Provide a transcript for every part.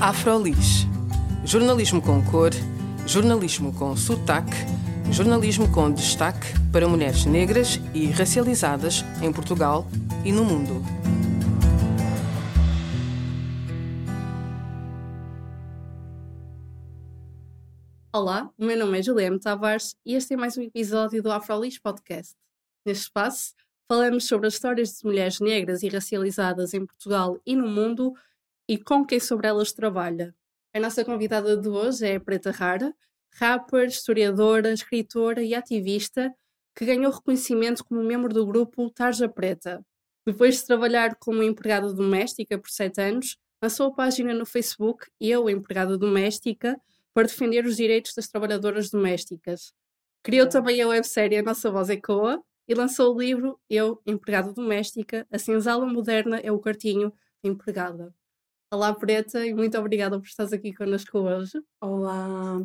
Afrolis. Jornalismo com cor, jornalismo com sotaque, jornalismo com destaque para mulheres negras e racializadas em Portugal e no mundo. Olá, o meu nome é Juliana Tavares e este é mais um episódio do Afrolis Podcast. Neste espaço, falamos sobre as histórias de mulheres negras e racializadas em Portugal e no mundo e com quem sobre elas trabalha. A nossa convidada de hoje é a Preta Rara, rapper, historiadora, escritora e ativista que ganhou reconhecimento como membro do grupo Tarja Preta. Depois de trabalhar como empregada doméstica por 7 anos, lançou a página no Facebook Eu, Empregada Doméstica, para defender os direitos das trabalhadoras domésticas. Criou também a websérie A Nossa Voz Ecoa e lançou o livro Eu, Empregada Doméstica, a senzala moderna é o quartinho de empregada. Olá, Preta, e muito obrigada por estares aqui connosco hoje. Olá,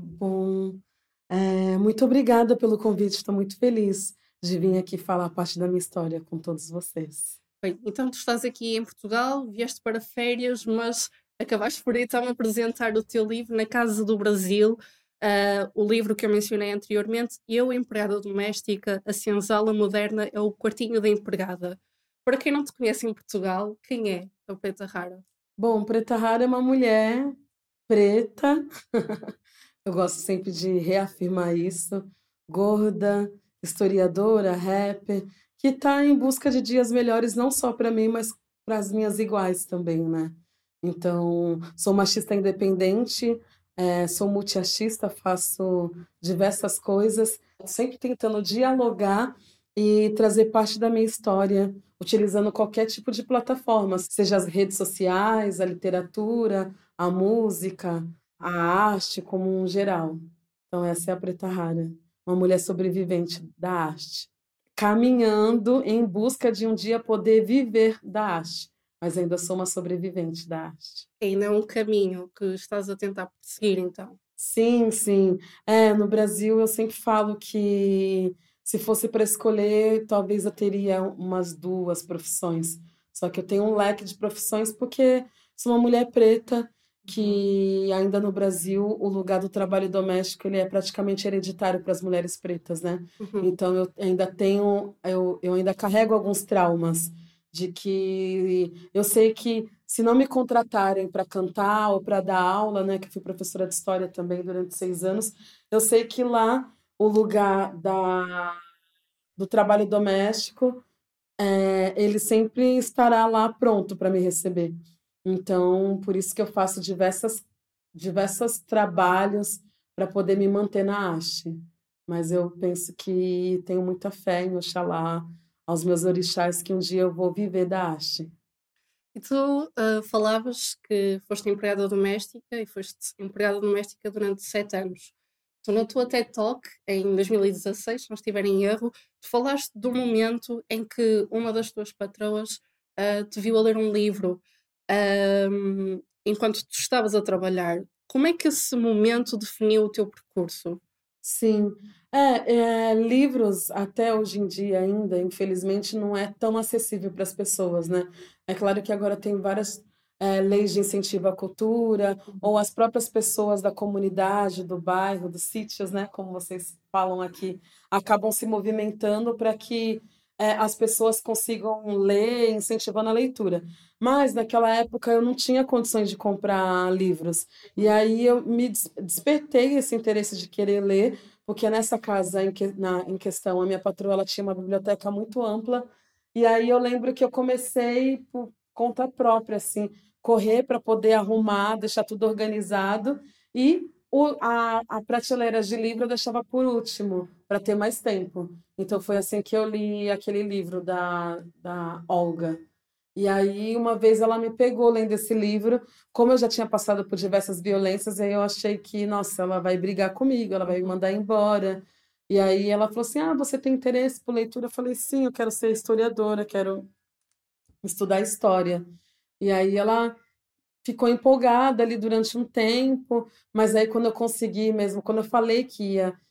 muito obrigada pelo convite, estou muito feliz de vir aqui falar parte da minha história com todos vocês. Bem, então tu estás aqui em Portugal, vieste para férias, mas acabaste por então apresentar o teu livro na Casa do Brasil, o livro que eu mencionei anteriormente, Eu, Empregada Doméstica, a senzala moderna é o quartinho da empregada. Para quem não te conhece em Portugal, quem é a Preta Rara? Bom, Preta Rara é uma mulher preta, eu gosto sempre de reafirmar isso, gorda, historiadora, rapper, que está em busca de dias melhores não só para mim, mas para as minhas iguais também, né? Então, sou machista independente, sou multiartista, faço diversas coisas, sempre tentando dialogar e trazer parte da minha história, utilizando qualquer tipo de plataforma, seja as redes sociais, a literatura, a música, a arte como um geral. Então, essa é a Preta Rara, uma mulher sobrevivente da arte, caminhando em busca de um dia poder viver da arte, mas ainda sou uma sobrevivente da arte. Ainda é um caminho que estás a tentar perseguir, então. Sim, sim. No Brasil eu sempre falo que se fosse para escolher, talvez eu teria umas 2 profissões. Só que eu tenho um leque de profissões porque sou uma mulher preta que ainda no Brasil o lugar do trabalho doméstico ele é praticamente hereditário para as mulheres pretas, né? Uhum. Então eu ainda carrego alguns traumas de que eu sei que se não me contratarem para cantar ou para dar aula, né, que eu fui professora de história também durante 6 anos, eu sei que lá o lugar do trabalho doméstico, ele sempre estará lá pronto para me receber. Então, por isso que eu faço diversos trabalhos para poder me manter na arte. Mas eu penso que tenho muita fé em Oxalá, aos meus orixás, que um dia eu vou viver da arte. E tu falavas que foste empregada doméstica e foste empregada doméstica durante 7 anos. Tu na tua TED Talk, em 2016, se não estiver em erro, tu falaste do momento em que uma das tuas patroas te viu a ler um livro enquanto tu estavas a trabalhar. Como é que esse momento definiu o teu percurso? Sim. Livros até hoje em dia ainda, infelizmente, não é tão acessível para as pessoas, né? É claro que agora tem várias leis de incentivo à cultura, ou as próprias pessoas da comunidade, do bairro, dos sítios, né? Como vocês falam aqui, acabam se movimentando para que as pessoas consigam ler, incentivando a leitura. Mas naquela época eu não tinha condições de comprar livros. E aí eu me despertei esse interesse de querer ler, porque nessa casa em questão, a minha patroa ela tinha uma biblioteca muito ampla, e aí eu lembro que eu comecei por conta própria, assim, correr para poder arrumar, deixar tudo organizado, e a prateleira de livro eu deixava por último, para ter mais tempo. Então foi assim que eu li aquele livro da Olga. E aí, uma vez ela me pegou lendo esse livro, como eu já tinha passado por diversas violências, aí eu achei que, nossa, ela vai brigar comigo, ela vai me mandar embora. E aí ela falou assim: Ah, você tem interesse por leitura? Eu falei: Sim, eu quero ser historiadora, quero estudar história. E aí ela ficou empolgada ali durante um tempo, mas aí quando eu consegui mesmo, quando eu falei que ia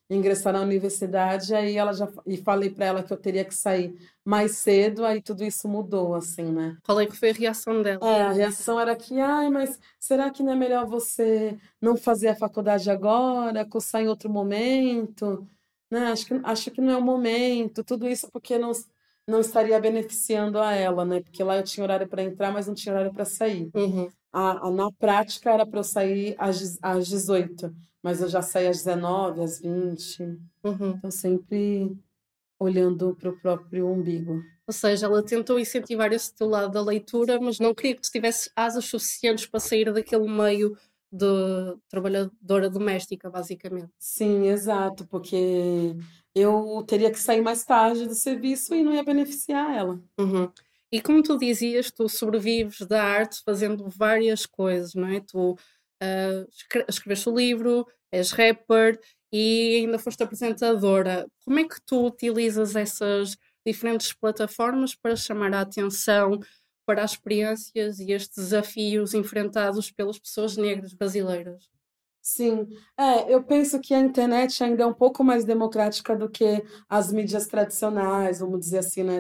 ingressar na universidade, aí ela já e falei para ela que eu teria que sair mais cedo, aí tudo isso mudou, assim, né? Qual é que foi a reação dela? A reação era que, ai, mas será que não é melhor você não fazer a faculdade agora, cursar em outro momento, né? Acho que não é o momento, tudo isso porque não estaria beneficiando a ela, né? Porque lá eu tinha horário para entrar, mas não tinha horário para sair. Uhum. Na prática era para eu sair às 18, mas eu já saí às 19, às 20. Uhum. Então sempre olhando para o próprio umbigo. Ou seja, ela tentou incentivar esse teu lado da leitura, mas não queria que tu tivesse asas suficientes para sair daquele meio de trabalhadora doméstica, basicamente. Sim, exato, porque eu teria que sair mais tarde do serviço e não ia beneficiar ela. Uhum. E como tu dizias, tu sobrevives da arte fazendo várias coisas, não é? Tu escreveste o livro, és rapper e ainda foste apresentadora. Como é que tu utilizas essas diferentes plataformas para chamar a atenção para as experiências e estes desafios enfrentados pelas pessoas negras brasileiras? Sim, eu penso que a internet ainda é um pouco mais democrática do que as mídias tradicionais, vamos dizer assim, né?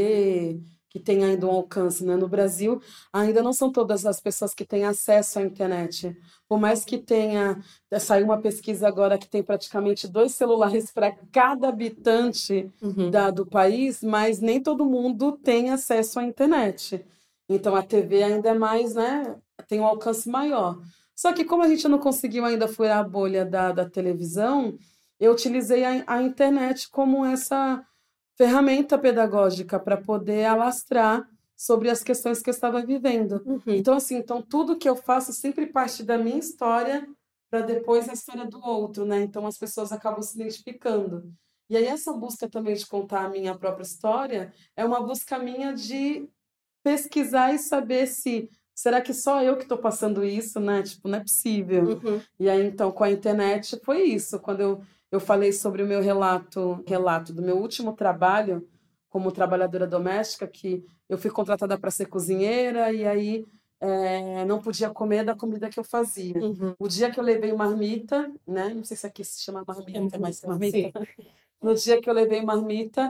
TV, que tem ainda um alcance, né? No Brasil, ainda não são todas as pessoas que têm acesso à internet. Por mais que tenha, saiu uma pesquisa agora que tem praticamente 2 celulares para cada habitante Uhum. do país, mas nem todo mundo tem acesso à internet. Então a TV ainda é mais, né? Tem um alcance maior. Só que como a gente não conseguiu ainda furar a bolha da televisão, eu utilizei a internet como essa ferramenta pedagógica para poder alastrar sobre as questões que eu estava vivendo. Uhum. Então, assim, tudo que eu faço sempre parte da minha história para depois a história do outro, né? Então as pessoas acabam se identificando. E aí essa busca também de contar a minha própria história é uma busca minha de pesquisar e saber se será que só eu que estou passando isso, né? Tipo, não é possível. Uhum. E aí, então, com a internet foi isso. Quando eu falei sobre o meu relato do meu último trabalho como trabalhadora doméstica, que eu fui contratada para ser cozinheira e aí não podia comer da comida que eu fazia. Uhum. O dia que eu levei marmita, né? Não sei se aqui se chama marmita, mas marmita. Sim. No dia que eu levei marmita,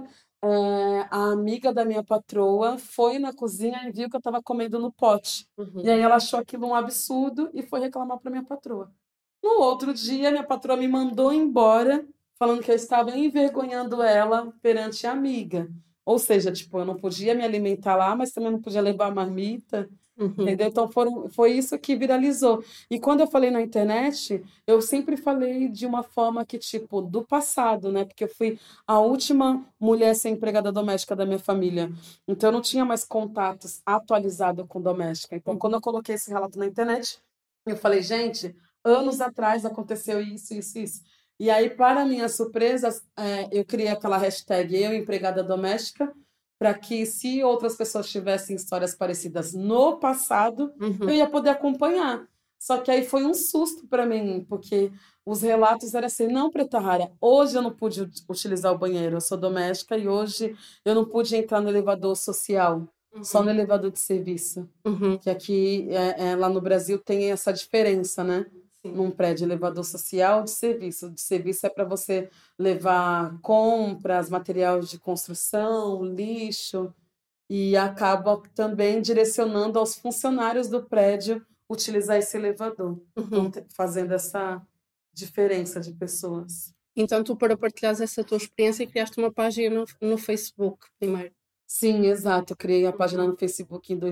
a amiga da minha patroa foi na cozinha e viu que eu estava comendo no pote. Uhum. E aí ela achou aquilo um absurdo e foi reclamar para minha patroa. No outro dia, minha patroa me mandou embora, falando que eu estava envergonhando ela perante a amiga. Ou seja, tipo, eu não podia me alimentar lá, mas também não podia levar marmita. Uhum. Entendeu? Então foi isso que viralizou. E quando eu falei na internet, eu sempre falei de uma forma que, tipo, do passado, né? Porque eu fui a última mulher a ser empregada doméstica da minha família. Então eu não tinha mais contatos atualizados com doméstica. Então, quando eu coloquei esse relato na internet, eu falei, gente, anos atrás aconteceu isso, isso, isso. E aí, para minha surpresa, eu criei aquela hashtag eu empregada doméstica, para que se outras pessoas tivessem histórias parecidas no passado, eu Uhum. ia poder acompanhar. Só que aí foi um susto para mim, porque os relatos eram assim, não, Preta Rara, hoje eu não pude utilizar o banheiro, eu sou doméstica e hoje eu não pude entrar no elevador social, só no elevador de serviço. Uhum. Que aqui, lá no Brasil, tem essa diferença, né? Sim. Num prédio, elevador social de serviço. De serviço é para você levar compras, materiais de construção, lixo, e acaba também direcionando aos funcionários do prédio utilizar esse elevador. Então, Uhum. fazendo essa diferença de pessoas. Então, tu, para partilhares essa tua experiência, criaste uma página no Facebook primeiro. Sim, exato. Eu criei a página no Facebook em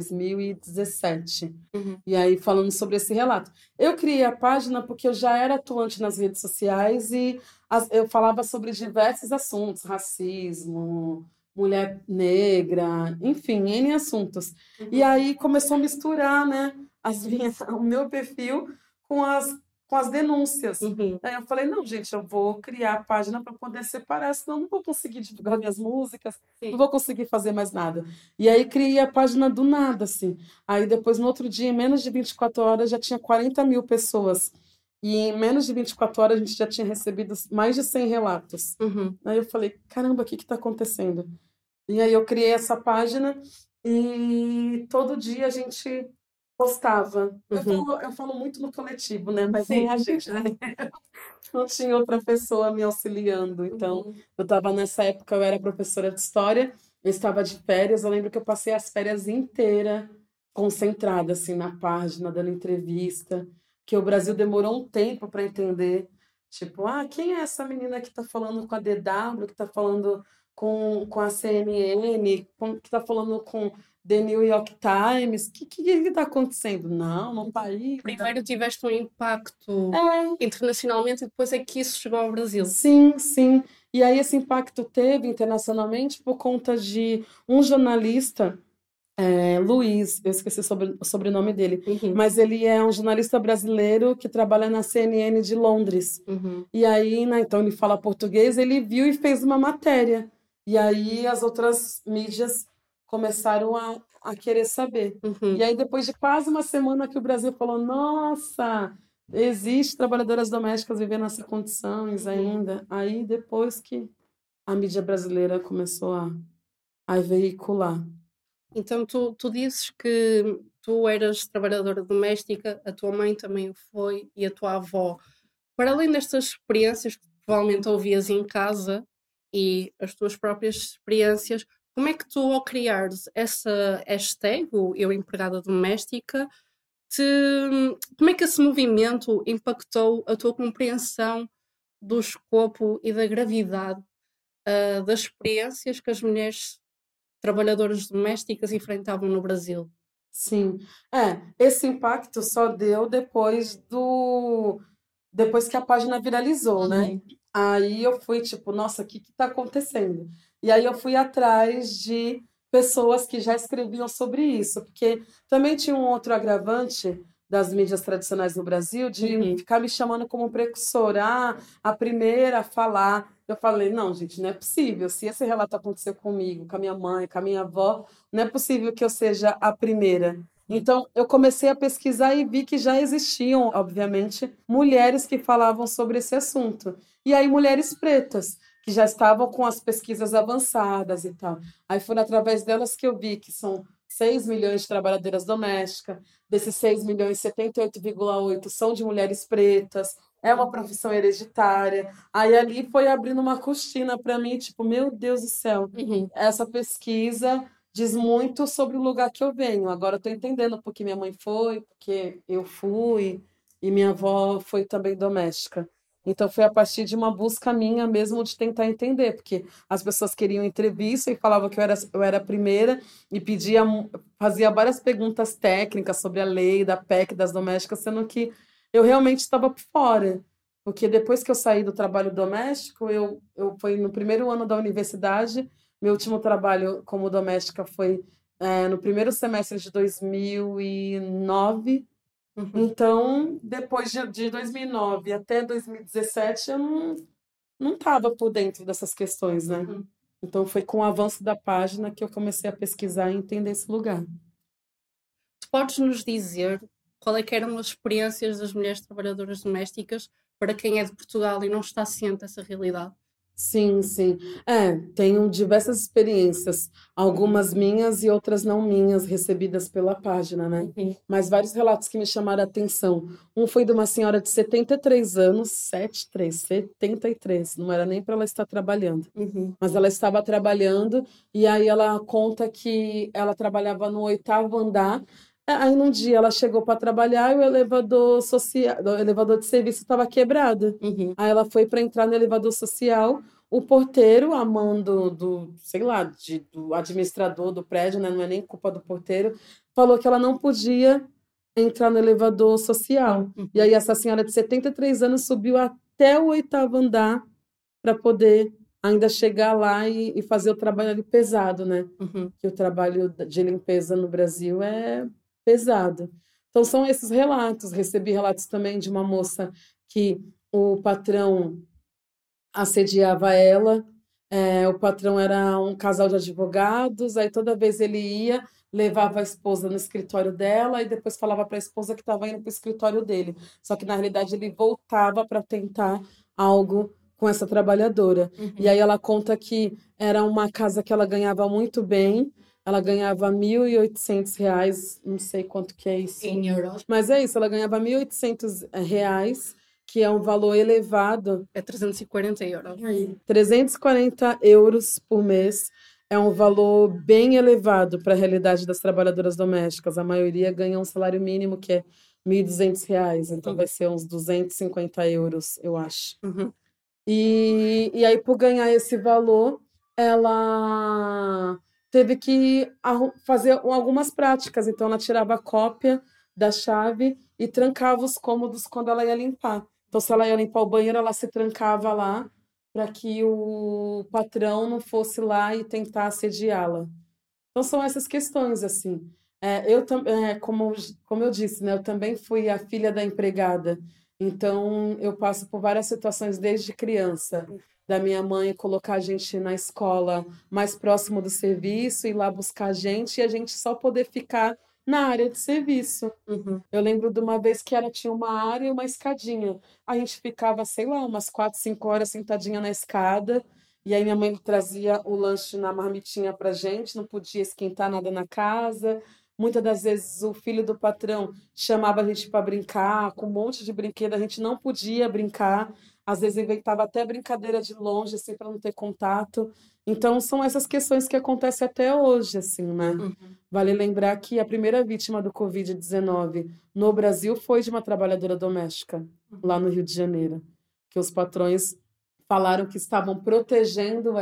2017. Uhum. E aí, falando sobre esse relato. Eu criei a página porque eu já era atuante nas redes sociais e eu falava sobre diversos assuntos, racismo, mulher negra, enfim, N assuntos. E aí começou a misturar, né, o meu perfil com as denúncias. Uhum. Aí eu falei, não, gente, eu vou criar a página para poder separar, senão eu não vou conseguir divulgar minhas músicas, Sim. não vou conseguir fazer mais nada. E aí criei a página do nada, assim. Aí depois, no outro dia, em menos de 24 horas, já tinha 40 mil pessoas. E em menos de 24 horas, a gente já tinha recebido mais de 100 relatos. Uhum. Aí eu falei, caramba, o que está acontecendo? E aí eu criei essa página e todo dia a gente postava. Uhum. Eu falo muito no coletivo, né? Mas nem a gente, né? Não tinha outra pessoa me auxiliando. Então, Uhum. eu estava nessa época, eu era professora de história, eu estava de férias. Eu lembro que eu passei as férias inteiras concentrada assim na página, dando entrevista, que o Brasil demorou um tempo para entender. Tipo, quem é essa menina que está falando com a DW, que está falando com a CNN, que está falando com The New York Times? Que está acontecendo? Não, no país. Primeiro tiveste um impacto É, internacionalmente e depois é que isso chegou ao Brasil. sim, sim. E aí esse impacto teve internacionalmente por conta de um jornalista, Luiz, eu esqueci o sobrenome dele, Uhum. mas ele é um jornalista brasileiro que trabalha na CNN de Londres. Uhum. E aí, né, então ele fala português, ele viu e fez uma matéria. E aí as outras mídias começaram a querer saber. E Uhum. aí, depois de quase uma semana que o Brasil falou, nossa, existe trabalhadoras domésticas vivendo nessas condições ainda. Aí depois que a mídia brasileira começou a veicular. Então tu dizes que tu eras trabalhadora doméstica, a tua mãe também o foi e a tua avó. Para além destas experiências que provavelmente ouvias em casa e as tuas próprias experiências, como é que tu, ao criares essa hashtag, o Eu Empregada Doméstica, te, como é que esse movimento impactou a tua compreensão do escopo e da gravidade, das experiências que as mulheres trabalhadoras domésticas enfrentavam no Brasil? Sim. Esse impacto só deu depois que a página viralizou, né? Uhum. Aí eu fui tipo, nossa, o que que tá acontecendo? E aí eu fui atrás de pessoas que já escreviam sobre isso, porque também tinha um outro agravante das mídias tradicionais no Brasil de Uhum. ficar me chamando como precursora, a primeira a falar. Eu falei, não, gente, não é possível. Se esse relato aconteceu comigo, com a minha mãe, com a minha avó, não é possível que eu seja a primeira. Então, eu comecei a pesquisar e vi que já existiam, obviamente, mulheres que falavam sobre esse assunto. E aí, mulheres pretas, que já estavam com as pesquisas avançadas e tal. Aí foram através delas que eu vi que são 6 milhões de trabalhadoras domésticas, desses 6 milhões, 78,8 são de mulheres pretas, é uma profissão hereditária. Aí ali foi abrindo uma cortina para mim, tipo, meu Deus do céu, Uhum. essa pesquisa diz muito sobre o lugar que eu venho. Agora eu estou entendendo porque minha mãe foi, porque eu fui, e minha avó foi também doméstica. Então foi a partir de uma busca minha mesmo de tentar entender, porque as pessoas queriam entrevista e falavam que eu era a primeira e fazia várias perguntas técnicas sobre a lei da PEC das domésticas, sendo que eu realmente estava por fora. Porque depois que eu saí do trabalho doméstico, eu foi no primeiro ano da universidade. Meu último trabalho como doméstica foi no primeiro semestre de 2009. Uhum. Então, depois de 2009 até 2017, eu não estava por dentro dessas questões, né? Uhum. Então, foi com o avanço da página que eu comecei a pesquisar e entender esse lugar. Tu podes nos dizer qual é que eram as experiências das mulheres trabalhadoras domésticas para quem é de Portugal e não está ciente dessa realidade? Sim, sim. Tenho diversas experiências, Uhum. algumas minhas e outras não minhas, recebidas pela página, né? Uhum. Mas vários relatos que me chamaram a atenção. Um foi de uma senhora de 73 anos, 73, não era nem para ela estar trabalhando, Uhum. mas ela estava trabalhando e aí ela conta que ela trabalhava no 8º andar. Aí num dia ela chegou para trabalhar e o elevador de serviço estava quebrado. Uhum. Aí ela foi para entrar no elevador social, o porteiro, a mão sei lá, do administrador do prédio, né? Não é nem culpa do porteiro, falou que ela não podia entrar no elevador social. E Uhum. aí essa senhora de 73 anos subiu até o 8º andar para poder ainda chegar lá e fazer o trabalho ali pesado, né? Uhum. Que o trabalho de limpeza no Brasil é pesado. Então são esses relatos. Recebi relatos também de uma moça que o patrão assediava ela. O patrão era um casal de advogados, aí toda vez ele ia, levava a esposa no escritório dela e depois falava para a esposa que estava indo para o escritório dele. Só que na realidade ele voltava para tentar algo com essa trabalhadora. E Uhum. aí ela conta que era uma casa que ela ganhava muito bem, ela ganhava R$ 1.800, não sei quanto que é isso. Em euros. Mas é isso, ela ganhava R$ 1.800, que é um valor elevado. É 340 euros. 340 euros por mês é um valor bem elevado para a realidade das trabalhadoras domésticas. A maioria ganha um salário mínimo, que é R$ 1.200, então vai ser uns 250 euros, eu acho. Uhum. E aí, por ganhar esse valor, ela teve que fazer algumas práticas. Então, ela tirava a cópia da chave e trancava os cômodos quando ela ia limpar. Então, se ela ia limpar o banheiro, ela se trancava lá para que o patrão não fosse lá e tentar assediá-la. Então, são essas questões, assim. Como eu disse, né, eu também fui a filha da empregada. Então, eu passo por várias situações desde criança, da minha mãe colocar a gente na escola mais próximo do serviço, ir lá buscar a gente e a gente só poder ficar na área de serviço. Uhum. Eu lembro de uma vez que ela tinha uma área e uma escadinha. A gente ficava, sei lá, umas 4, 5 horas sentadinha na escada. E aí minha mãe trazia o lanche na marmitinha pra gente, não podia esquentar nada na casa. Muitas das vezes o filho do patrão chamava a gente para brincar, com um monte de brinquedo, a gente não podia brincar. Às vezes inventava até brincadeira de longe, assim, para não ter contato. Então são essas questões que acontecem até hoje, assim, né? Uhum. Vale lembrar que a primeira vítima do Covid-19 no Brasil foi de uma trabalhadora doméstica, lá no Rio de Janeiro, que os patrões falaram que estavam protegendo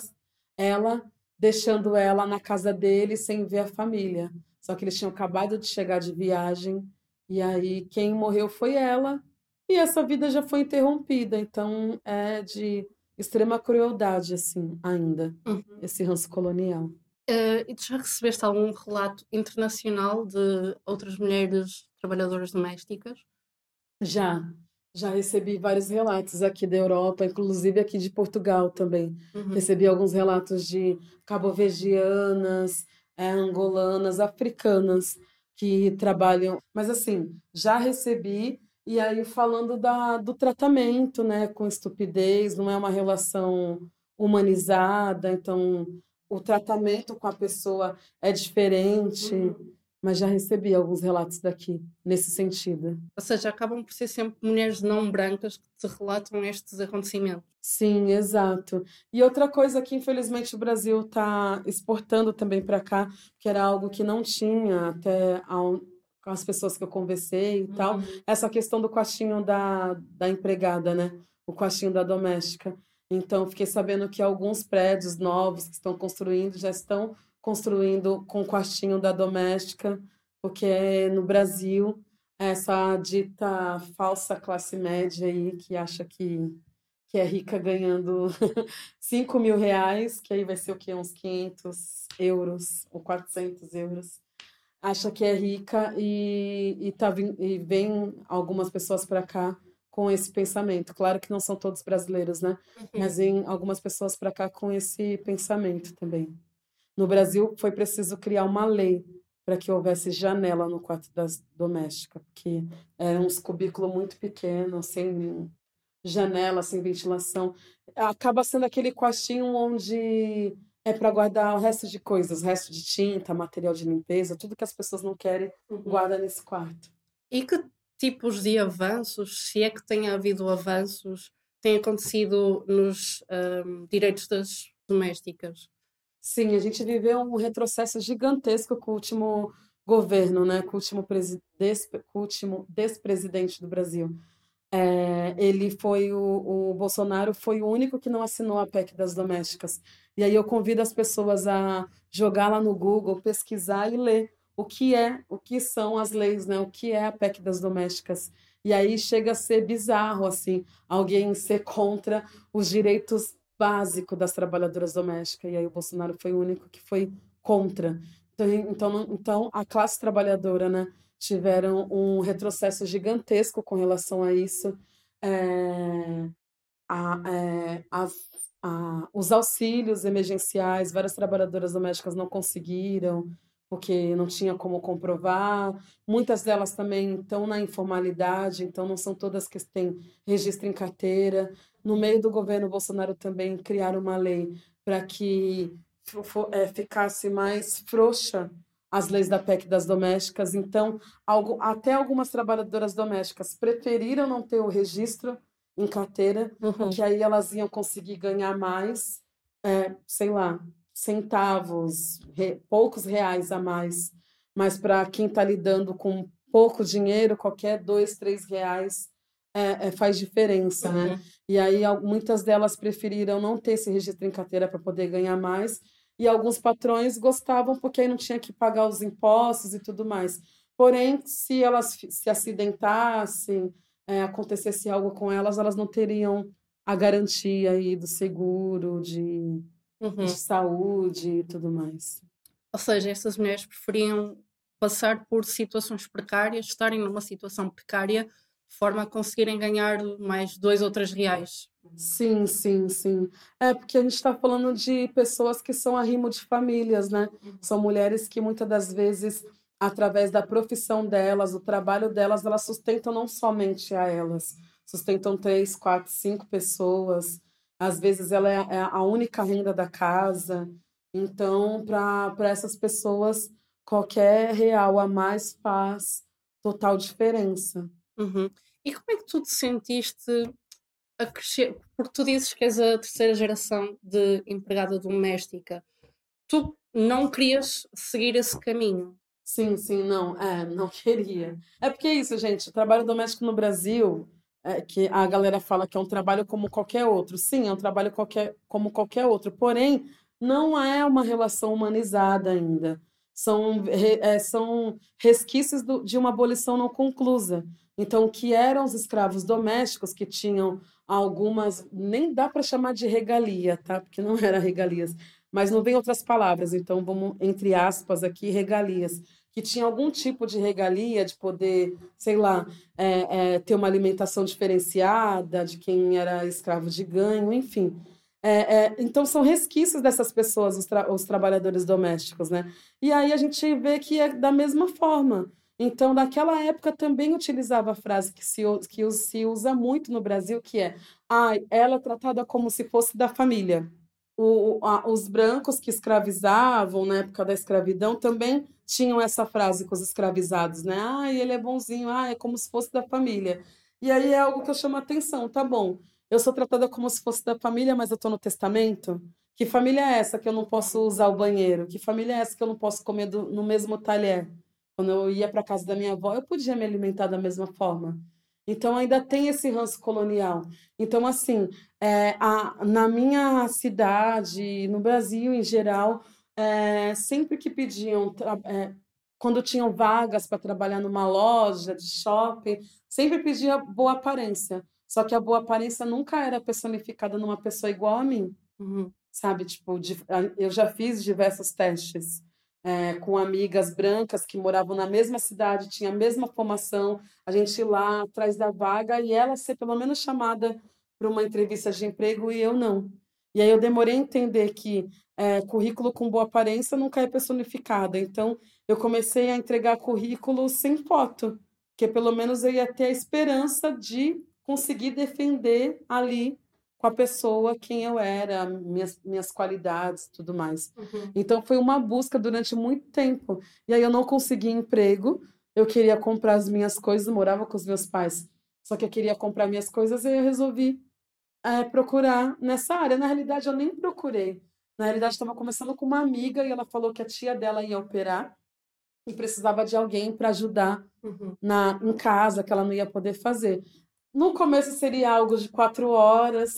ela, deixando ela na casa dele sem ver a família. Só que eles tinham acabado de chegar de viagem e aí quem morreu foi ela e essa vida já foi interrompida. Então é de extrema crueldade, assim, ainda, Uhum. esse ranço colonial. E tu já recebeste algum relato internacional de outras mulheres trabalhadoras domésticas? Já, já recebi vários relatos aqui da Europa, inclusive aqui de Portugal também. Uhum. Recebi alguns relatos de cabo-verdianas, angolanas, africanas que trabalham. Mas assim, já recebi, e aí falando do tratamento, né, com estupidez, não é uma relação humanizada, então o tratamento com a pessoa é diferente. Mas já recebi alguns relatos daqui nesse sentido. Ou seja, acabam por ser sempre mulheres não brancas que te relatam estes acontecimentos. Sim, exato. E outra coisa que, infelizmente, o Brasil está exportando também para cá, que era algo que não tinha até com as pessoas que eu conversei e tal, essa questão do quartinho da empregada, né? O quartinho da doméstica. Então, fiquei sabendo que alguns prédios novos que estão construindo já estão construindo com o quartinho da doméstica, porque no Brasil, essa dita falsa classe média aí que acha que é rica ganhando R$ 5.000, que aí vai ser o quê? Uns 500 euros ou 400 euros. Acha que é rica e vem algumas pessoas para cá com esse pensamento. Claro que não são todos brasileiros, né? Mas vem algumas pessoas para cá com esse pensamento também. No Brasil, foi preciso criar uma lei para que houvesse janela no quarto das domésticas, porque eram uns cubículos muito pequenos, sem janela, sem ventilação. Acaba sendo aquele quartinho onde é para guardar o resto de coisas, resto de tinta, material de limpeza, tudo que as pessoas não querem, guarda nesse quarto. E que tipos de avanços, se é que tem havido avanços, têm acontecido nos direitos das domésticas? Sim, a gente viveu um retrocesso gigantesco com o último governo, né? Com o último despresidente do Brasil. O Bolsonaro foi o único que não assinou a PEC das domésticas. E aí eu convido as pessoas a jogar lá no Google, pesquisar e ler o que são as leis, né? O que é a PEC das domésticas. E aí chega a ser bizarro, assim, alguém ser contra os direitos básicos das trabalhadoras domésticas. E aí o Bolsonaro foi o único que foi contra. Então a classe trabalhadora, né? Tiveram um retrocesso gigantesco com relação a isso. É, os auxílios emergenciais, várias trabalhadoras domésticas não conseguiram, porque não tinha como comprovar. Muitas delas também estão na informalidade, então não são todas que têm registro em carteira. No meio do governo Bolsonaro também criaram uma lei para que ficasse mais frouxa as leis da PEC das domésticas. Então, até algumas trabalhadoras domésticas preferiram não ter o registro em carteira, porque aí elas iam conseguir ganhar mais, sei lá, centavos, poucos reais a mais. Mas para quem está lidando com pouco dinheiro, qualquer 2, 3 reais faz diferença, né? E aí muitas delas preferiram não ter esse registro em carteira para poder ganhar mais, e alguns patrões gostavam porque aí não tinha que pagar os impostos e tudo mais. Porém, se elas se acidentassem, acontecesse algo com elas, elas não teriam a garantia aí do seguro, de saúde e tudo mais. Ou seja, essas mulheres preferiam passar por situações precárias, estarem numa situação precária, de forma a conseguirem ganhar mais 2 ou 3 reais. Sim, sim, sim. Porque a gente está falando de pessoas que são arrimo de famílias, né? São mulheres que muitas das vezes, através da profissão delas, do trabalho delas, elas sustentam não somente a elas, sustentam 3, 4, 5 pessoas. Às vezes ela é a única renda da casa. Então, para essas pessoas, qualquer real a mais faz total diferença. E como é que tu te sentiste a crescer? Porque tu dizes que és a terceira geração de empregada doméstica. Tu não querias seguir esse caminho? Sim, sim, não queria. Porque é isso, gente, o trabalho doméstico no Brasil, que a galera fala que é um trabalho como qualquer outro. Sim, é um trabalho como qualquer outro, porém, não é uma relação humanizada ainda. São resquícios de uma abolição não conclusa. Então, o que eram os escravos domésticos, que tinham algumas, nem dá para chamar de regalia, tá? Porque não era regalias, mas não vem outras palavras, então vamos, entre aspas, aqui, regalias, que tinha algum tipo de regalia, de poder, sei lá, ter uma alimentação diferenciada de quem era escravo de ganho, enfim. Então, são resquícios dessas pessoas, os trabalhadores domésticos, né? E aí a gente vê que é da mesma forma. Então, naquela época também utilizava a frase que se usa muito no Brasil, que é: ela é tratada como se fosse da família. Os brancos que escravizavam na época da escravidão também tinham essa frase com os escravizados, né? Ele é bonzinho, é como se fosse da família. E aí é algo que eu chamo a atenção, tá bom? Eu sou tratada como se fosse da família, mas eu estou no testamento? Que família é essa que eu não posso usar o banheiro? Que família é essa que eu não posso comer no mesmo talher? Quando eu ia para casa da minha avó, eu podia me alimentar da mesma forma. Então ainda tem esse ranço colonial. Então, assim, na minha cidade, no Brasil em geral, sempre que pediam, quando tinham vagas para trabalhar numa loja de shopping, sempre pedia boa aparência. Só que a boa aparência nunca era personificada numa pessoa igual a mim, sabe? Tipo, eu já fiz diversos testes com amigas brancas que moravam na mesma cidade, tinha a mesma formação, a gente ir lá atrás da vaga e ela ser pelo menos chamada para uma entrevista de emprego e eu não. E aí eu demorei a entender que currículo com boa aparência nunca é personificada. Então, eu comecei a entregar currículo sem foto, porque pelo menos eu ia ter a esperança de conseguir defender ali com a pessoa quem eu era, minhas qualidades e tudo mais. Então, foi uma busca durante muito tempo. E aí eu não consegui emprego, eu queria comprar as minhas coisas, eu morava com os meus pais, só que eu queria comprar minhas coisas e eu resolvi procurar nessa área. Na realidade, eu nem procurei. Na realidade, estava conversando com uma amiga e ela falou que a tia dela ia operar e precisava de alguém para ajudar em casa, que ela não ia poder fazer. No começo seria algo de 4 horas,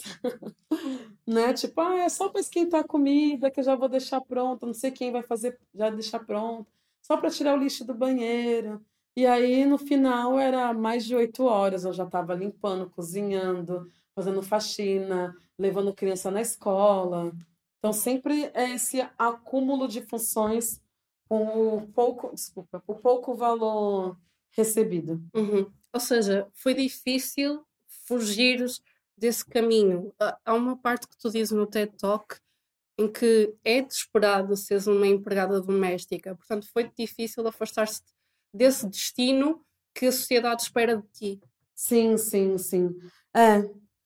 né? Tipo, é só para esquentar a comida que eu já vou deixar pronta, não sei quem vai fazer, já deixar pronta, só para tirar o lixo do banheiro. E aí, no final, era mais de 8 horas, eu já estava limpando, cozinhando, fazendo faxina, levando criança na escola. Então, sempre é esse acúmulo de funções com o pouco valor recebido. Ou seja, foi difícil fugir desse caminho. Há uma parte que tu dizes no TED Talk em que é desesperado seres uma empregada doméstica. Portanto, foi difícil afastar-se desse destino que a sociedade espera de ti. Sim, sim, sim.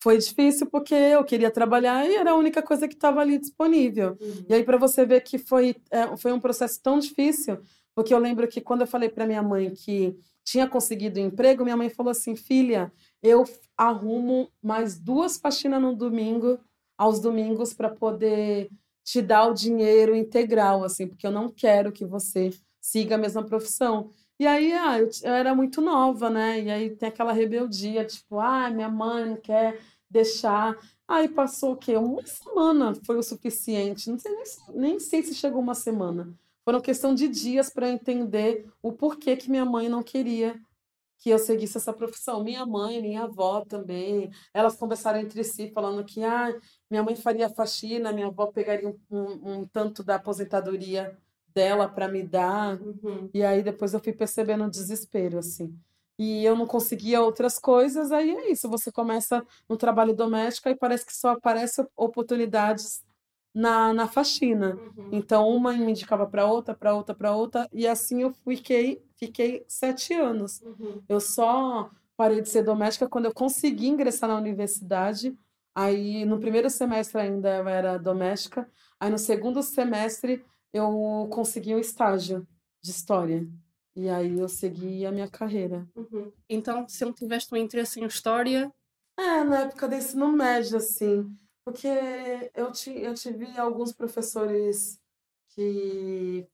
foi difícil porque eu queria trabalhar e era a única coisa que estava ali disponível. E aí, para você ver que foi um processo tão difícil, porque eu lembro que quando eu falei para minha mãe que tinha conseguido um emprego, minha mãe falou assim: filha, eu arrumo mais 2 faxinas no domingo, aos domingos, para poder te dar o dinheiro integral, assim, porque eu não quero que você siga a mesma profissão. E aí, eu era muito nova, né? E aí tem aquela rebeldia, tipo, minha mãe não quer deixar. Aí passou o quê? Uma semana foi o suficiente. Não sei, nem sei se chegou uma semana. Foram questão de dias para eu entender o porquê que minha mãe não queria que eu seguisse essa profissão. Minha mãe, minha avó também, elas conversaram entre si, falando que minha mãe faria faxina, minha avó pegaria um tanto da aposentadoria dela para me dar. E aí depois eu fui percebendo o desespero, assim. E eu não conseguia outras coisas, aí é isso, você começa no trabalho doméstico e parece que só aparecem oportunidades na faxina. Então, uma me indicava para outra, para outra, para outra, e assim eu fiquei 7 anos. Eu só parei de ser doméstica quando eu consegui ingressar na universidade. Aí, no primeiro semestre ainda eu era doméstica. Aí, no segundo semestre, eu consegui um estágio de história. E aí eu segui a minha carreira. Então, sempre tiveste um interesse em história? Na época do ensino médio, assim, porque eu tive alguns professores que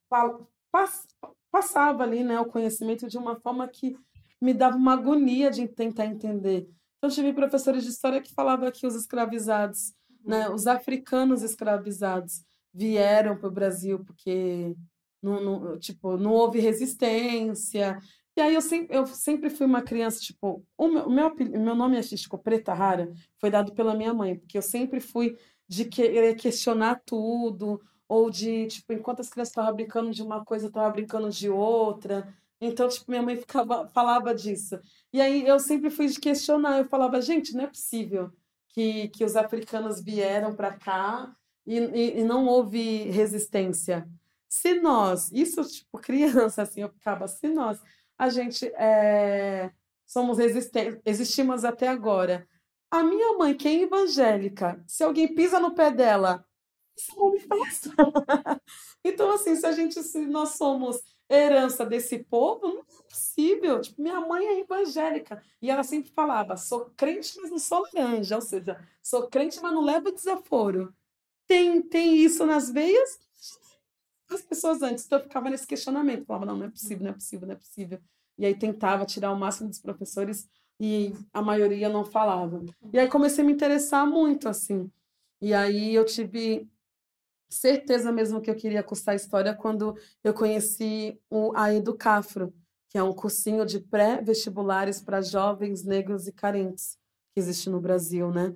passava ali, né, o conhecimento de uma forma que me dava uma agonia de tentar entender. Então, eu tive professores de história que falavam que os escravizados, né, os africanos escravizados vieram para o Brasil porque tipo, não houve resistência. E aí eu sempre fui uma criança, tipo, o meu nome artístico, Preta Rara, foi dado pela minha mãe, porque eu sempre fui de querer questionar tudo, ou de, tipo, enquanto as crianças estavam brincando de uma coisa, eu estava brincando de outra. Então, tipo, minha mãe falava disso. E aí eu sempre fui de questionar, eu falava, gente, não é possível que os africanos vieram para cá e não houve resistência. Se nós, isso, tipo, criança, assim, eu ficava, se nós a gente somos resistentes, existimos até agora. A minha mãe, que é evangélica, se alguém pisa no pé dela, isso não me faz. Então, assim, se nós somos herança desse povo, não é possível. Tipo, minha mãe é evangélica. E ela sempre falava, sou crente, mas não sou laranja. Ou seja, sou crente, mas não levo desaforo. Tem isso nas veias, as pessoas antes. Então eu ficava nesse questionamento, falava, não é possível, não é possível, não é possível. E aí tentava tirar o máximo dos professores e a maioria não falava. E aí comecei a me interessar muito, assim. E aí eu tive certeza mesmo que eu queria cursar história quando eu conheci a Educafro, que é um cursinho de pré-vestibulares para jovens negros e carentes que existe no Brasil, né?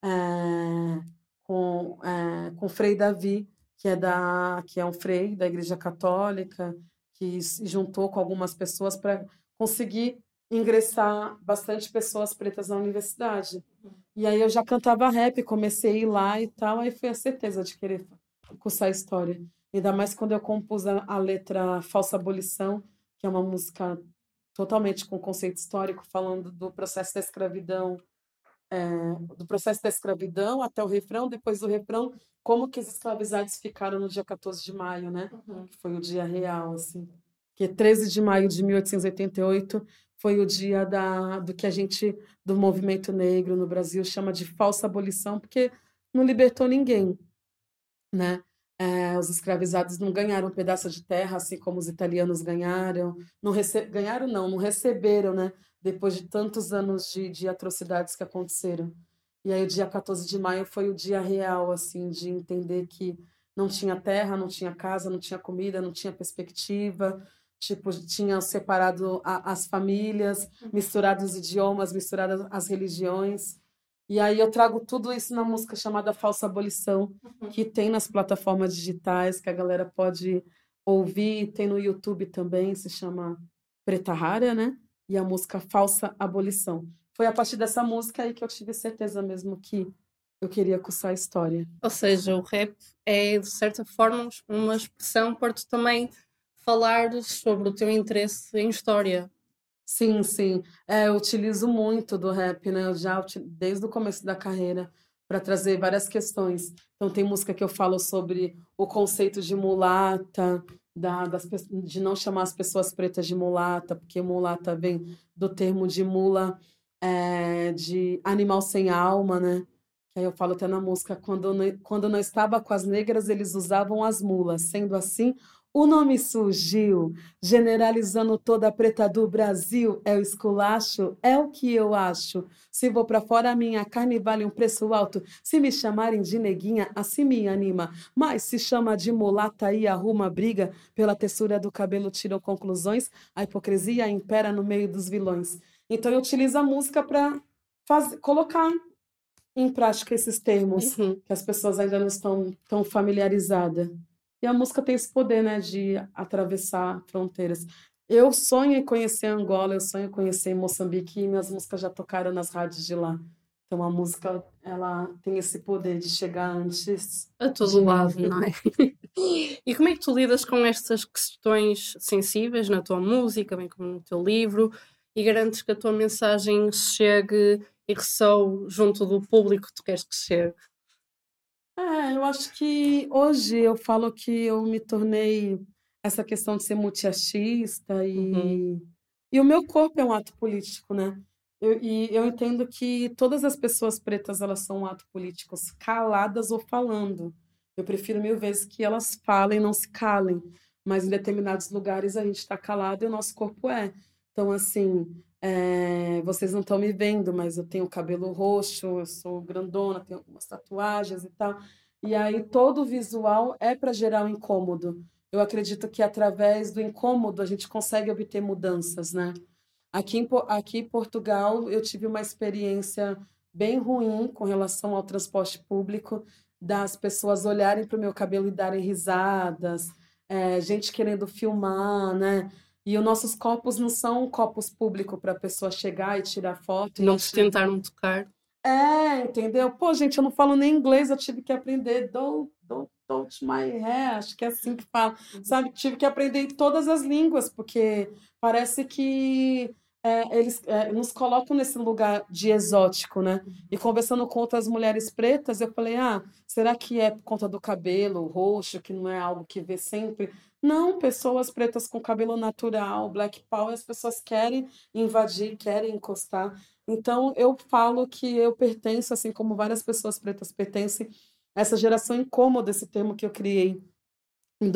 Com Frei Davi, que é um frei da Igreja Católica, que se juntou com algumas pessoas para conseguir ingressar bastante pessoas pretas na universidade. E aí eu já cantava rap, comecei a ir lá e tal, aí foi a certeza de querer cursar história. Ainda mais quando eu compus a letra Falsa Abolição, que é uma música totalmente com conceito histórico, falando do processo da escravidão até o refrão, depois do refrão, como que os escravizados ficaram no dia 14 de maio, né? Que foi o dia real, assim. Que 13 de maio de 1888 foi o dia do movimento negro no Brasil chama de falsa abolição, porque não libertou ninguém, né? Os escravizados não ganharam um pedaço de terra, assim como os italianos ganharam. Ganharam, não receberam, né? Depois de tantos anos de atrocidades que aconteceram. E aí o dia 14 de maio foi o dia real, assim, de entender que não tinha terra, não tinha casa, não tinha comida, não tinha perspectiva. Tipo, tinham separado as famílias, misturado os idiomas, misturado as religiões. E aí eu trago tudo isso na música chamada Falsa Abolição, que tem nas plataformas digitais, que a galera pode ouvir, tem no YouTube também, se chama Preta Rara, né? E a música Falsa Abolição. Foi a partir dessa música aí que eu tive certeza mesmo que eu queria cursar história. Ou seja, o rap é, de certa forma, uma expressão para tu também falares sobre o teu interesse em história. Sim, sim. Eu utilizo muito do rap, né? Eu já desde o começo da carreira para trazer várias questões. Então tem música que eu falo sobre o conceito de mulata, de não chamar as pessoas pretas de mulata, porque mulata vem do termo de mula, de animal sem alma, né? Que aí eu falo até na música, quando não estava com as negras, eles usavam as mulas. Sendo assim, o nome surgiu. Generalizando toda a preta do Brasil, é o esculacho, é o que eu acho. Se vou pra fora, a minha carne vale um preço alto. Se me chamarem de neguinha, assim me anima. Mas se chama de mulata e arruma briga, pela textura do cabelo tiram conclusões, a hipocrisia impera no meio dos vilões. Então eu utilizo a música para colocar em prática esses termos Uhum. que as pessoas ainda não estão tão familiarizadas. E a música tem esse poder, né, de atravessar fronteiras. Eu sonho em conhecer Angola, eu sonho em conhecer Moçambique e minhas músicas já tocaram nas rádios de lá. Então a música, ela tem esse poder de chegar antes A de todo mim. lado, não é? E como é que tu lidas com estas questões sensíveis na tua música, bem como no teu livro, e garantes que a tua mensagem chegue e ressoe junto do público que tu queres que chegue? Eu acho que hoje eu falo que eu me tornei essa questão de ser multiartista Uhum. e o meu corpo é um ato político, né? E eu entendo que todas as pessoas pretas elas são um ato político, caladas ou falando. Eu prefiro mil vezes que elas falem, não se calem. Mas em determinados lugares a gente está calado e o nosso corpo é. Então, assim, vocês não estão me vendo, mas eu tenho cabelo roxo, eu sou grandona, tenho algumas tatuagens e tal. E aí todo o visual é para gerar um incômodo. Eu acredito que através do incômodo a gente consegue obter mudanças, né? Aqui em Portugal eu tive uma experiência bem ruim com relação ao transporte público, das pessoas olharem para o meu cabelo e darem risadas, gente querendo filmar, né? E os nossos copos não são copos públicos para a pessoa chegar e tirar foto e Não te encher. tentaram tocar? Entendeu? Pô, gente, eu não falo nem inglês, eu tive que aprender don't touch my hair, acho que é assim que fala, sabe? Tive que aprender em todas as línguas, porque parece que eles nos colocam nesse lugar de exótico, né? E conversando com outras mulheres pretas, eu falei, será que é por conta do cabelo roxo, que não é algo que vê sempre? Não, pessoas pretas com cabelo natural, black power, as pessoas querem invadir, querem encostar. Então, eu falo que eu pertenço, assim como várias pessoas pretas pertencem, a essa geração incômoda, esse termo que eu criei em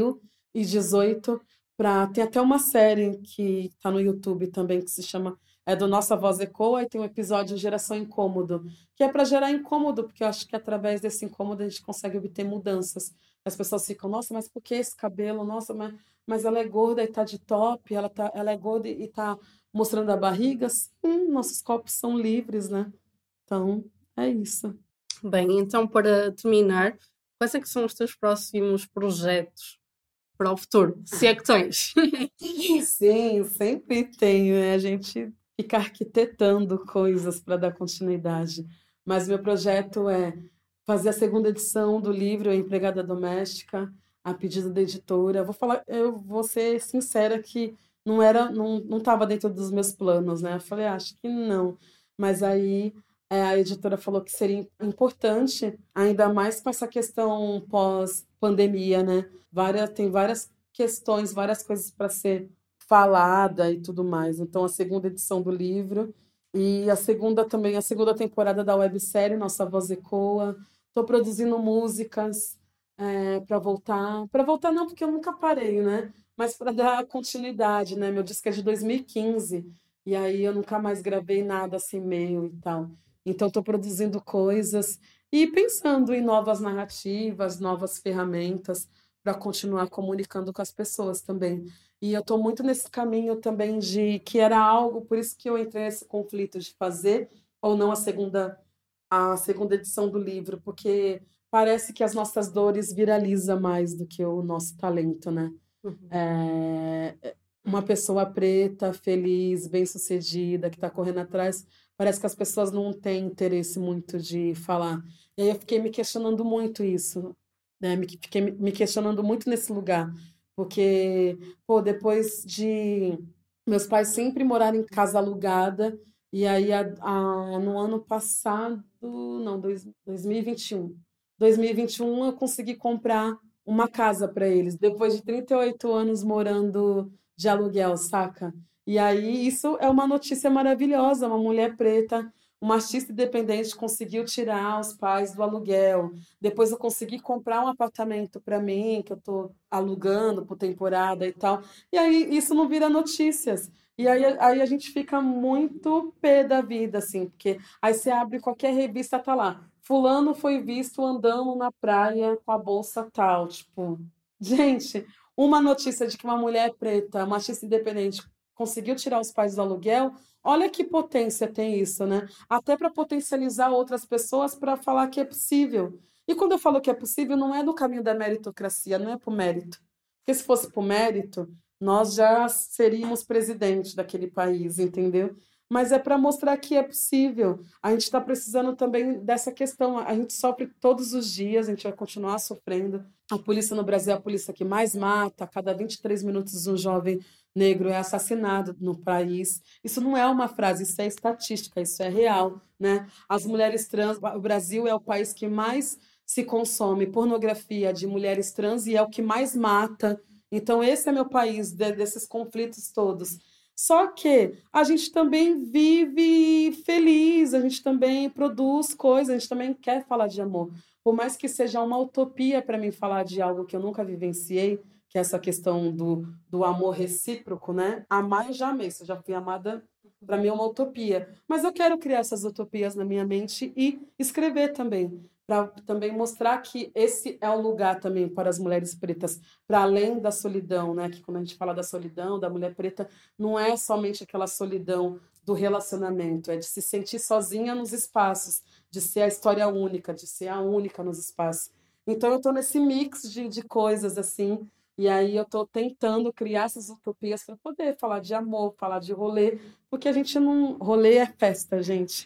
2018, tem até uma série que está no YouTube também, que se chama do Nossa Voz Ecoa, e tem um episódio Geração Incômodo, que é para gerar incômodo, porque eu acho que através desse incômodo a gente consegue obter mudanças. As pessoas ficam, nossa, mas por que esse cabelo? Nossa, mas ela é gorda e está de top, ela é gorda e está mostrando a barriga. Sim, nossos corpos são livres, né? Então, é isso. Bem, então para terminar, quais é que são os teus próximos projetos para o futuro? Se é que tens. Sim, sempre tem, né? A gente fica arquitetando coisas para dar continuidade. Mas meu projeto é fazer a segunda edição do livro A Empregada Doméstica, a pedido da editora. Eu vou ser sincera que não estava dentro dos meus planos, né? Eu falei, acho que não. Mas aí a editora falou que seria importante, ainda mais com essa questão pós-pandemia, né? Tem várias questões, várias coisas para ser falada e tudo mais. Então, a segunda edição do livro e a segunda temporada da websérie Nossa Voz Ecoa. Estou produzindo músicas para voltar. Para voltar não, porque eu nunca parei, né? Mas para dar continuidade, né? Meu disco é de 2015 e aí eu nunca mais gravei nada assim meio e tal. Então, estou produzindo coisas e pensando em novas narrativas, novas ferramentas para continuar comunicando com as pessoas também. E eu estou muito nesse caminho também de que era algo, por isso que eu entrei nesse conflito de fazer ou não a segunda edição do livro, porque parece que as nossas dores viralizam mais do que o nosso talento, né? Uhum. Uma pessoa preta, feliz, bem-sucedida, que está correndo atrás, parece que as pessoas não têm interesse muito de falar. E aí eu fiquei me questionando muito isso, né? Fiquei me questionando muito nesse lugar, porque, pô, depois de Meus pais sempre moraram em casa alugada, e aí no ano passado, não, 2021. 2021 eu consegui comprar uma casa para eles, depois de 38 anos morando de aluguel, saca? E aí isso é uma notícia maravilhosa, uma mulher preta, uma artista independente conseguiu tirar os pais do aluguel. Depois eu consegui comprar um apartamento para mim, que eu tô alugando por temporada e tal. E aí isso não vira notícias. E aí a gente fica muito pé da vida, assim, porque aí você abre qualquer revista, tá lá. Fulano foi visto andando na praia com a bolsa tal. Tipo, gente, uma notícia de que uma mulher preta, uma artista independente, conseguiu tirar os pais do aluguel. Olha que potência tem isso, né? Até para potencializar outras pessoas para falar que é possível. E quando eu falo que é possível, não é no caminho da meritocracia, não é por mérito. Porque se fosse por mérito, nós já seríamos presidente daquele país, entendeu? Mas é para mostrar que é possível. A gente está precisando também dessa questão. A gente sofre todos os dias, a gente vai continuar sofrendo. A polícia no Brasil é a polícia que mais mata. A cada 23 minutos, um jovem negro é assassinado no país. Isso não é uma frase, isso é estatística, isso é real, né? As mulheres trans, o Brasil é o país que mais se consome pornografia de mulheres trans e é o que mais mata. Então, esse é meu país, desses conflitos todos. Só que a gente também vive feliz, a gente também produz coisas, a gente também quer falar de amor. Por mais que seja uma utopia para mim falar de algo que eu nunca vivenciei, que é essa questão do amor recíproco, né? Amar eu já amei, se eu já fui amada, para mim é uma utopia. Mas eu quero criar essas utopias na minha mente e escrever também, para também mostrar que esse é um lugar também para as mulheres pretas, para além da solidão, né? Que quando a gente fala da solidão, da mulher preta, não é somente aquela solidão do relacionamento, é de se sentir sozinha nos espaços, de ser a história única, de ser a única nos espaços. Então eu estou nesse mix de coisas assim, e aí eu estou tentando criar essas utopias para poder falar de amor, falar de rolê, porque a gente não... Rolê é festa, gente.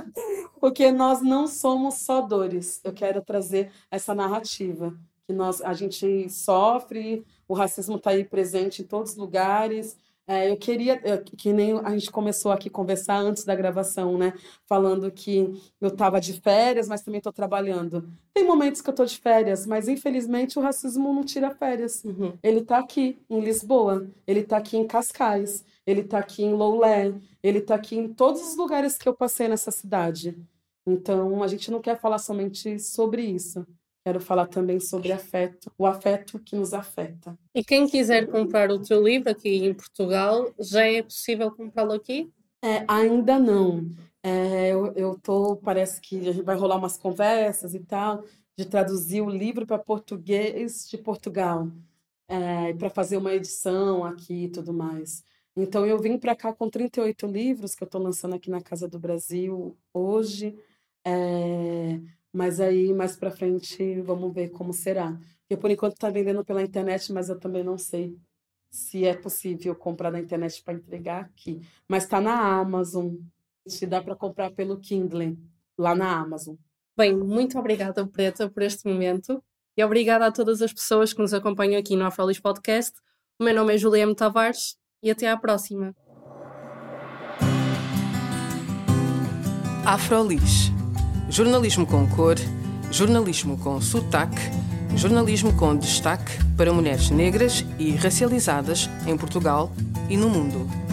Porque nós não somos só dores. Eu quero trazer essa narrativa, que a gente sofre, o racismo está aí presente em todos os lugares. Eu queria, que nem a gente começou aqui a conversar antes da gravação, né? Falando que eu estava de férias, mas também estou trabalhando. Tem momentos que eu estou de férias, mas infelizmente o racismo não tira férias. Ele está aqui em Lisboa, ele está aqui em Cascais, ele está aqui em Loulé, ele está aqui em todos os lugares que eu passei nessa cidade. Então, a gente não quer falar somente sobre isso. Quero falar também sobre afeto, o afeto que nos afeta. E quem quiser comprar o teu livro aqui em Portugal, já é possível comprá-lo aqui? Ainda não. Parece que vai rolar umas conversas e tal, de traduzir o livro para português de Portugal, para fazer uma edição aqui e tudo mais. Então, eu vim para cá com 38 livros que eu estou lançando aqui na Casa do Brasil hoje. Mas aí, mais para frente, vamos ver como será. Porque, por enquanto, está vendendo pela internet, mas eu também não sei se é possível comprar na internet para entregar aqui. Mas está na Amazon. Se dá para comprar pelo Kindle, lá na Amazon. Bem, muito obrigada, Preta, por este momento. E obrigada a todas as pessoas que nos acompanham aqui no Afrolis Podcast. O meu nome é Juliana Tavares e até à próxima. Afrolis. Jornalismo com cor, jornalismo com sotaque, jornalismo com destaque para mulheres negras e racializadas em Portugal e no mundo.